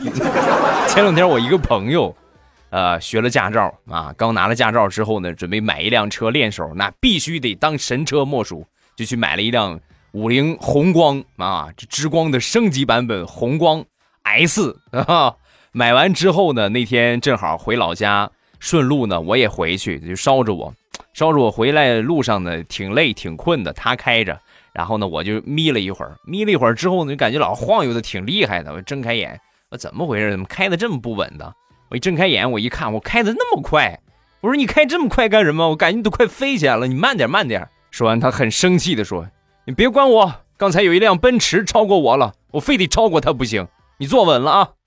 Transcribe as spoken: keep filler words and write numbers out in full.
前两天我一个朋友，呃，学了驾照啊，刚拿了驾照之后呢，准备买一辆车练手，那必须得当神车莫属，就去买了一辆五菱宏光啊，这之光的升级版本宏光 S 啊。买完之后呢，那天正好回老家，顺路呢我也回去，就捎着我，捎着我回来路上呢挺累挺困的，他开着。然后呢，我就眯了一会儿，眯了一会儿之后呢，就感觉老晃悠的挺厉害的。我睁开眼，我怎么回事？怎么开的这么不稳的？我一睁开眼，我一看，我开的那么快，我说你开这么快干什么？我感觉你都快飞起来了，你慢点慢点。说完，他很生气的说：“你别管我，刚才有一辆奔驰超过我了，我非得超过他不行，你坐稳了啊。”